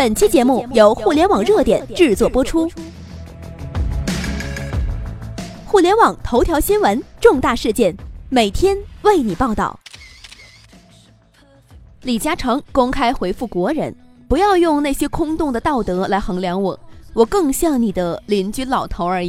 本期节目由互联网热点制作播出。互联网头条新闻，重大事件，每天为你报道。李嘉诚公开回复国人，不要用那些空洞的道德来衡量我，我更像你的邻居老头而已。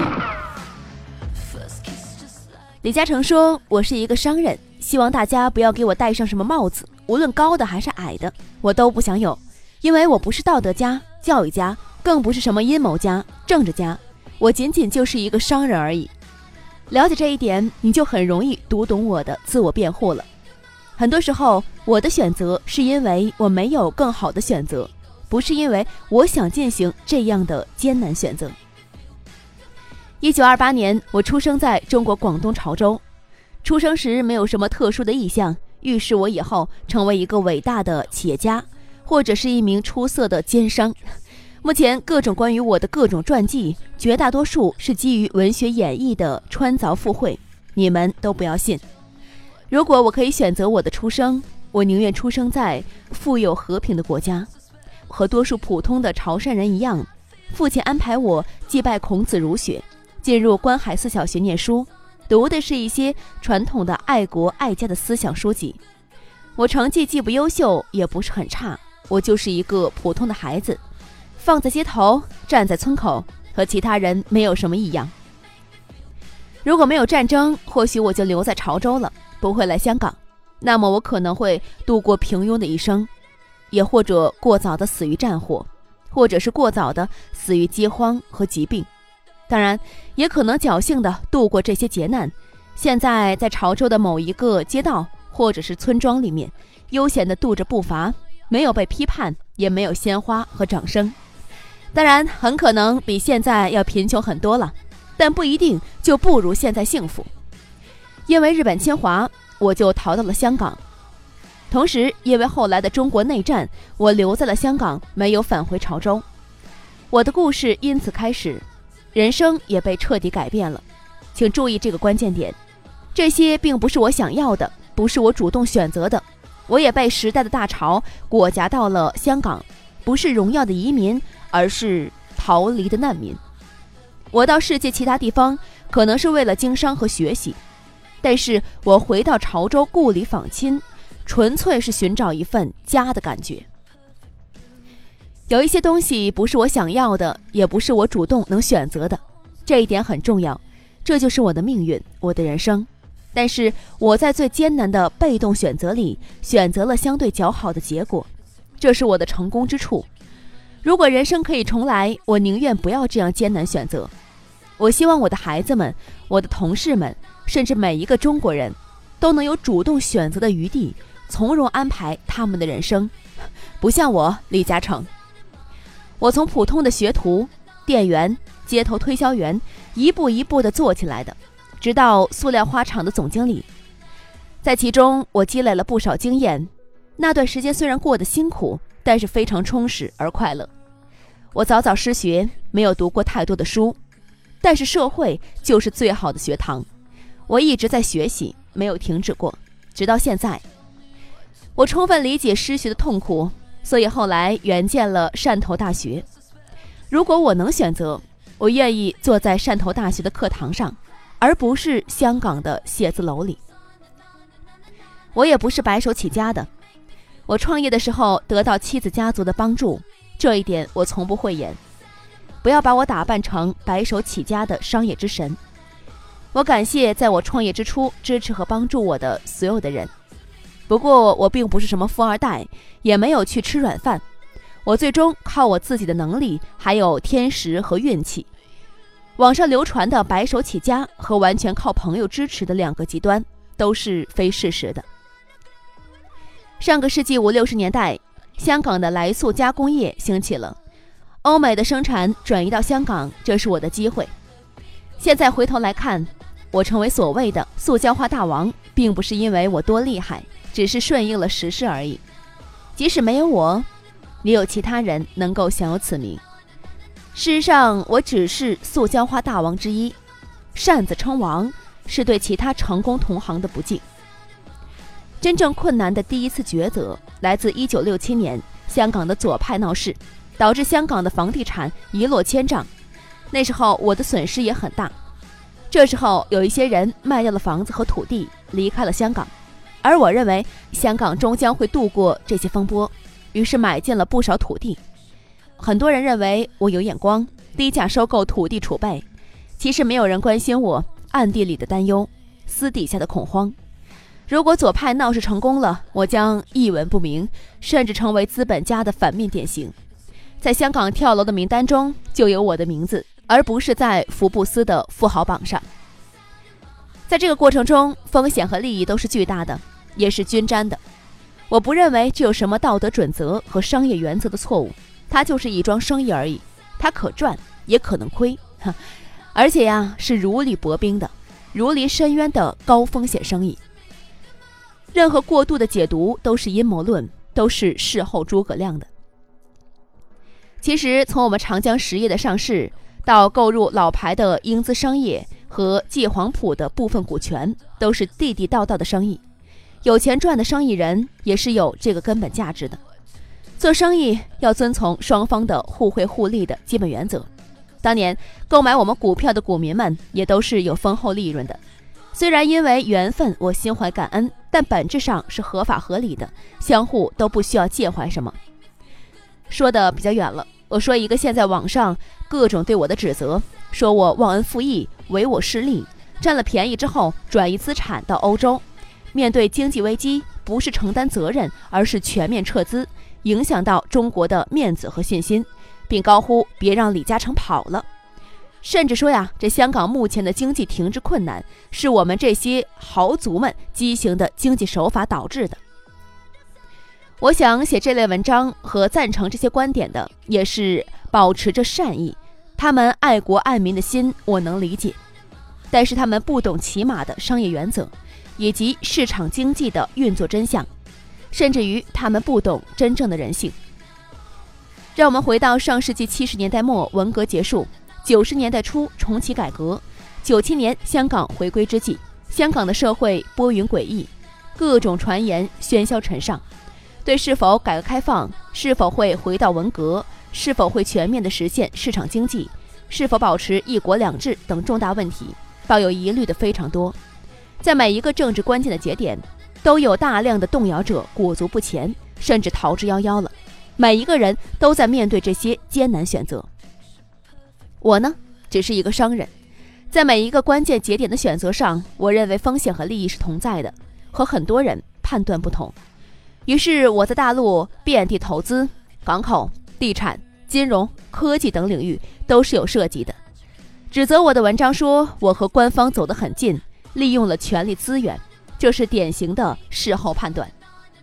李嘉诚说，我是一个商人，希望大家不要给我戴上什么帽子，无论高的还是矮的，我都不想有，因为我不是道德家、教育家，更不是什么阴谋家、政治家，我仅仅就是一个商人而已。了解这一点，你就很容易读懂我的自我辩护了。很多时候，我的选择是因为我没有更好的选择，不是因为我想进行这样的艰难选择。1928年，我出生在中国广东潮州。出生时没有什么特殊的意向，预示我以后成为一个伟大的企业家，或者是一名出色的奸商。目前各种关于我的各种传记，绝大多数是基于文学演绎的穿凿附会，你们都不要信。如果我可以选择我的出生，我宁愿出生在富有和平的国家。和多数普通的潮汕人一样，父亲安排我祭拜孔子儒学，进入关海寺小学念书，读的是一些传统的爱国爱家的思想书籍。我成绩既不优秀，也不是很差，我就是一个普通的孩子，放在街头，站在村口，和其他人没有什么异样。如果没有战争，或许我就留在潮州了，不会来香港，那么我可能会度过平庸的一生，也或者过早的死于战火，或者是过早的死于饥荒和疾病。当然，也可能侥幸地度过这些劫难，现在在潮州的某一个街道或者是村庄里面，悠闲地踱着步伐，没有被批判，也没有鲜花和掌声。当然，很可能比现在要贫穷很多了，但不一定就不如现在幸福。因为日本侵华，我就逃到了香港。同时，因为后来的中国内战，我留在了香港，没有返回潮州。我的故事因此开始，人生也被彻底改变了。请注意这个关键点，这些并不是我想要的，不是我主动选择的。我也被时代的大潮裹挟到了香港，不是荣耀的移民，而是逃离的难民。我到世界其他地方可能是为了经商和学习，但是我回到潮州故里访亲，纯粹是寻找一份家的感觉。有一些东西不是我想要的，也不是我主动能选择的，这一点很重要，这就是我的命运，我的人生。但是我在最艰难的被动选择里，选择了相对较好的结果，这是我的成功之处。如果人生可以重来，我宁愿不要这样艰难选择。我希望我的孩子们、我的同事们，甚至每一个中国人，都能有主动选择的余地，从容安排他们的人生。不像我，李嘉诚。我从普通的学徒、店员、街头推销员，一步一步地做起来的，直到塑料花厂的总经理。在其中，我积累了不少经验。那段时间虽然过得辛苦，但是非常充实而快乐。我早早失学，没有读过太多的书，但是社会就是最好的学堂。我一直在学习，没有停止过，直到现在。我充分理解失学的痛苦，所以后来援建了汕头大学。如果我能选择，我愿意坐在汕头大学的课堂上，而不是香港的写字楼里。我也不是白手起家的，我创业的时候得到妻子家族的帮助，这一点我从不讳言。不要把我打扮成白手起家的商业之神。我感谢在我创业之初支持和帮助我的所有的人。不过我并不是什么富二代，也没有去吃软饭，我最终靠我自己的能力，还有天时和运气。网上流传的白手起家和完全靠朋友支持的两个极端，都是非事实的。上个世纪50、60年代，香港的来塑加工业兴起了，欧美的生产转移到香港，这是我的机会。现在回头来看，我成为所谓的塑胶化大王，并不是因为我多厉害，只是顺应了时势而已。即使没有我，也有其他人能够享有此名。事实上，我只是塑胶化大王之一，擅自称王是对其他成功同行的不敬。真正困难的第一次抉择来自1967年香港的左派闹事， 导致香港的房地产一落千丈。那时候我的损失也很大。这时候有一些人卖掉了房子和土地，离开了香港，而我认为香港终将会度过这些风波，于是买进了不少土地。很多人认为我有眼光，低价收购土地储备，其实没有人关心我暗地里的担忧，私底下的恐慌。如果左派闹事成功了，我将一文不名，甚至成为资本家的反面典型。在香港跳楼的名单中就有我的名字，而不是在福布斯的富豪榜上。在这个过程中，风险和利益都是巨大的，也是均沾的。我不认为这有什么道德准则和商业原则的错误，它就是一桩生意而已，它可赚也可能亏，而且是如履薄冰的、如临深渊的高风险生意。任何过度的解读都是阴谋论，都是事后诸葛亮的。其实从我们长江实业的上市到购入老牌的英资商业和继黄埔的部分股权，都是地地道道的生意。有钱赚的生意人也是有这个根本价值的。做生意要遵从双方的互惠互利的基本原则。当年购买我们股票的股民们也都是有丰厚利润的。虽然因为缘分我心怀感恩，但本质上是合法合理的，相互都不需要介怀什么。说的比较远了，我说一个现在网上各种对我的指责，说我忘恩负义、唯我是利，占了便宜之后转移资产到欧洲，面对经济危机不是承担责任，而是全面撤资，影响到中国的面子和信心，并高呼别让李嘉诚跑了。甚至说这香港目前的经济停滞困难是我们这些豪族们畸形的经济手法导致的。我想写这类文章和赞成这些观点的也是保持着善意，他们爱国爱民的心我能理解，但是他们不懂起码的商业原则以及市场经济的运作真相，甚至于他们不懂真正的人性。让我们回到上世纪70年代末，文革结束，90年代初重启改革，97年香港回归之际，香港的社会波云诡异，各种传言喧嚣尘上，对是否改革开放、是否会回到文革、是否会全面的实现市场经济、是否保持一国两制等重大问题抱有疑虑的非常多。在每一个政治关键的节点，都有大量的动摇者裹足不前，甚至逃之夭夭了。每一个人都在面对这些艰难选择。我呢，只是一个商人，在每一个关键节点的选择上，我认为风险和利益是同在的，和很多人判断不同。于是我在大陆遍地投资，港口、地产、金融、科技等领域都是有涉及的。指责我的文章说我和官方走得很近，利用了权力资源，这是典型的事后判断。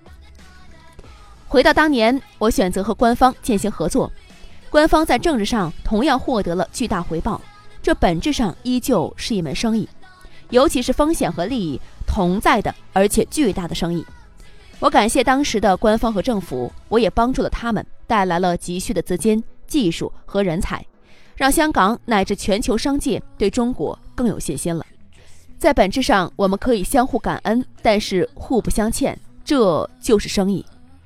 回到当年，我选择和官方进行合作，官方在政治上同样获得了巨大回报，这本质上依旧是一门生意，尤其是风险和利益同在的而且巨大的生意。我感谢当时的官方和政府，我也帮助了他们，带来了急需的资金、技术和人才，让香港乃至全球商界对中国更有信心了。在本质上我们可以相互感恩，但是互不相欠，这就是生意。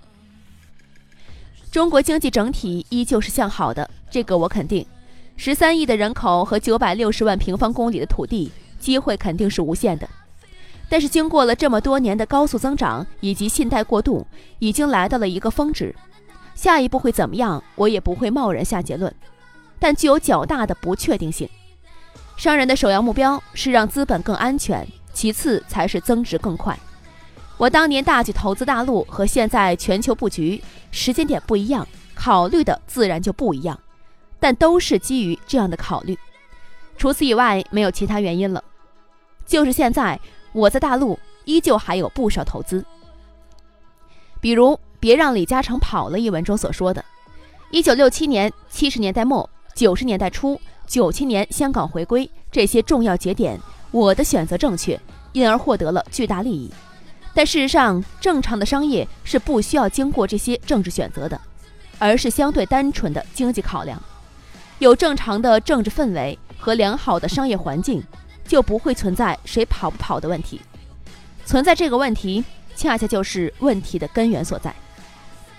中国经济整体依旧是向好的，这个我肯定。13亿的人口和960万平方公里的土地，机会肯定是无限的。但是经过了这么多年的高速增长以及信贷过度，已经来到了一个峰值。下一步会怎么样，我也不会贸然下结论，但具有较大的不确定性。商人的首要目标是让资本更安全，其次才是增值更快。我当年大举投资大陆和现在全球布局时间点不一样，考虑的自然就不一样，但都是基于这样的考虑。除此以外没有其他原因了。就是现在我在大陆依旧还有不少投资，比如别让李嘉诚跑了一文中所说的1967年、70年代末、90年代初、97年香港回归这些重要节点，我的选择正确，因而获得了巨大利益。但事实上，正常的商业是不需要经过这些政治选择的，而是相对单纯的经济考量。有正常的政治氛围和良好的商业环境，就不会存在谁跑不跑的问题。存在这个问题，恰恰就是问题的根源所在。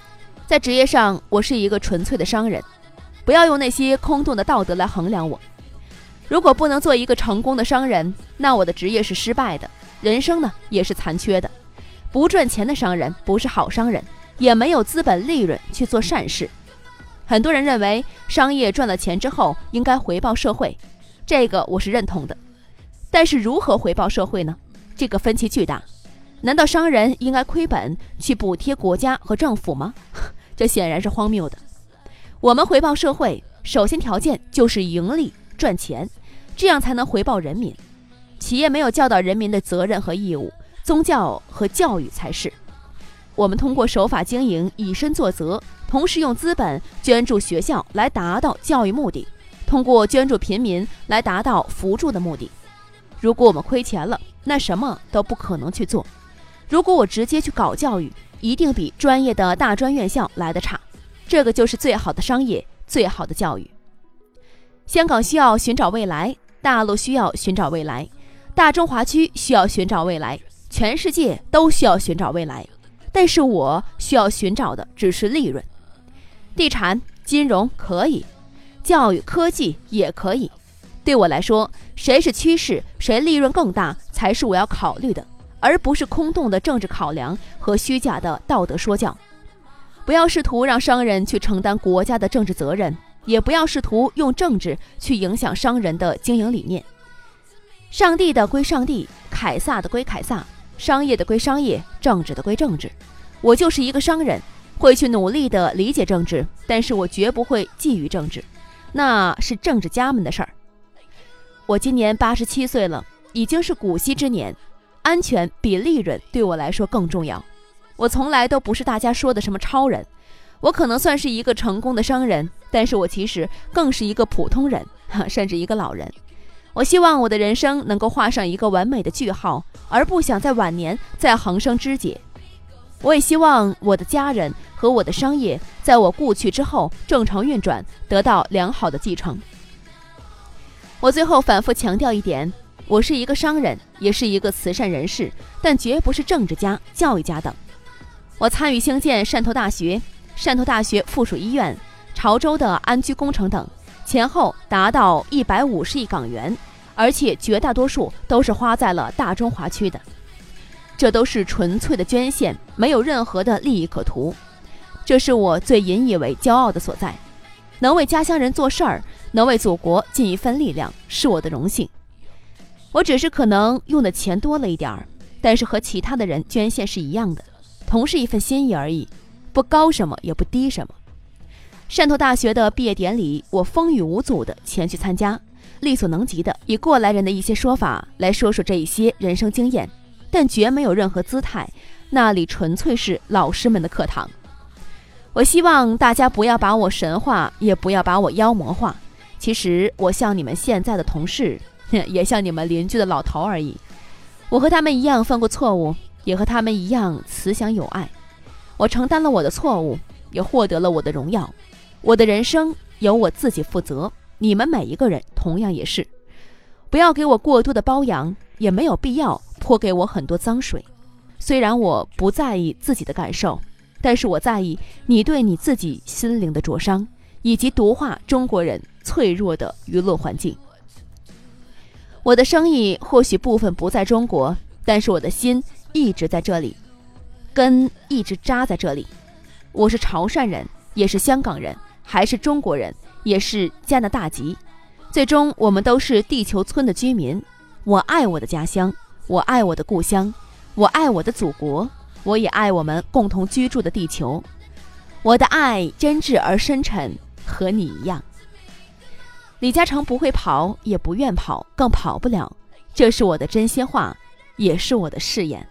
在职业上，我是一个纯粹的商人，不要用那些空洞的道德来衡量我。如果不能做一个成功的商人，那我的职业是失败的，人生呢也是残缺的。不赚钱的商人不是好商人，也没有资本利润去做善事。很多人认为商业赚了钱之后应该回报社会，这个我是认同的。但是如何回报社会呢？这个分歧巨大。难道商人应该亏本去补贴国家和政府吗？这显然是荒谬的。我们回报社会，首先条件就是盈利赚钱，这样才能回报人民。企业没有教导人民的责任和义务，宗教和教育才是。我们通过守法经营以身作则，同时用资本捐助学校来达到教育目的，通过捐助贫民来达到扶助的目的。如果我们亏钱了，那什么都不可能去做。如果我直接去搞教育，一定比专业的大专院校来得差。这个就是最好的商业，最好的教育。香港需要寻找未来，大陆需要寻找未来，大中华区需要寻找未来，全世界都需要寻找未来。但是我需要寻找的只是利润。地产、金融可以，教育、科技也可以。对我来说，谁是趋势，谁利润更大，才是我要考虑的，而不是空洞的政治考量和虚假的道德说教。不要试图让商人去承担国家的政治责任，也不要试图用政治去影响商人的经营理念。上帝的归上帝，凯撒的归凯撒，商业的归商业，政治的归政治。我就是一个商人，会去努力的理解政治，但是我绝不会觊觎政治，那是政治家们的事儿。我今年87岁了，已经是古稀之年，安全比利润对我来说更重要。我从来都不是大家说的什么超人，我可能算是一个成功的商人，但是我其实更是一个普通人，甚至一个老人。我希望我的人生能够画上一个完美的句号，而不想在晚年再横生枝节。我也希望我的家人和我的商业在我故去之后正常运转，得到良好的继承。我最后反复强调一点，我是一个商人，也是一个慈善人士，但绝不是政治家、教育家等。我参与兴建汕头大学、汕头大学附属医院、潮州的安居工程等，前后达到150亿港元，而且绝大多数都是花在了大中华区的。这都是纯粹的捐献，没有任何的利益可图。这是我最引以为骄傲的所在。能为家乡人做事儿，能为祖国尽一份力量，是我的荣幸。我只是可能用的钱多了一点儿，但是和其他的人捐献是一样的，同是一份心意而已，不高什么也不低什么。汕头大学的毕业典礼，我风雨无阻地前去参加，力所能及的以过来人的一些说法来说说这一些人生经验，但绝没有任何姿态，那里纯粹是老师们的课堂。我希望大家不要把我神化，也不要把我妖魔化。其实我像你们现在的同事，也像你们邻居的老头而已。我和他们一样犯过错误，也和他们一样慈祥有爱。我承担了我的错误，也获得了我的荣耀。我的人生由我自己负责，你们每一个人同样也是。不要给我过多的包养，也没有必要泼给我很多脏水。虽然我不在意自己的感受，但是我在意你对你自己心灵的灼伤，以及毒化中国人脆弱的舆论环境。我的生意或许部分不在中国，但是我的心一直在这里，根一直扎在这里。我是潮汕人，也是香港人，还是中国人，也是加拿大籍。最终我们都是地球村的居民。我爱我的家乡，我爱我的故乡，我爱我的祖国，我也爱我们共同居住的地球。我的爱真挚而深沉，和你一样。李嘉诚不会跑，也不愿跑，更跑不了。这是我的真心话，也是我的誓言。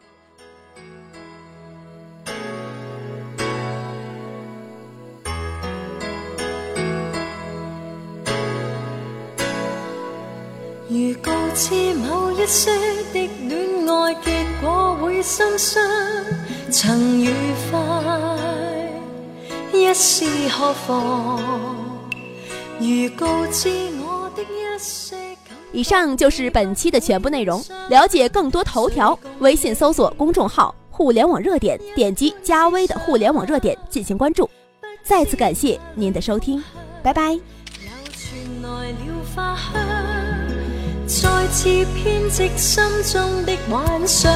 如告知某一些的戀愛結果會心傷，曾愉快一試何妨？如告知我的一些。 以上就是本期的全部内容。了解更多头条，微信搜索公众號互联网热点，点击加微的互联网热点进行关注。再次感谢您的收听，拜拜。 再次編織心中的幻想，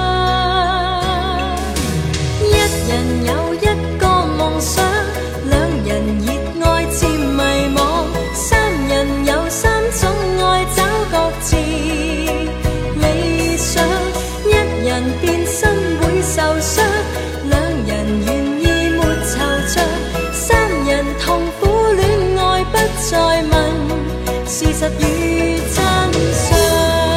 一人有一個夢想，兩人熱愛漸迷惘，三人有三種愛找各自理想，一人變身會受傷，兩人願意沒惆悵，三人痛苦戀愛不再問事實與真相。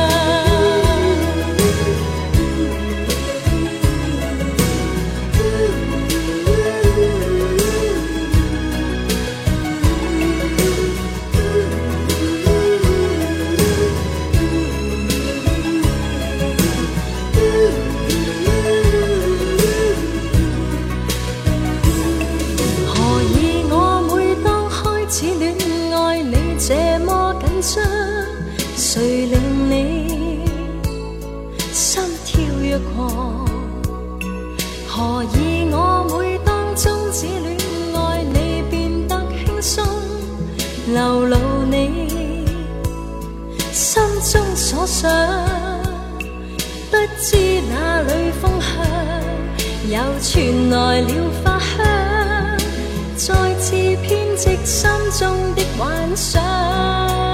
何以我每當開始戀愛你這麼緊張？誰令你心跳躍狂？何以我每當終止戀愛你變得輕鬆？流露你心中所想，不知哪裏風向，又傳來了花香，再次編織心中的幻想。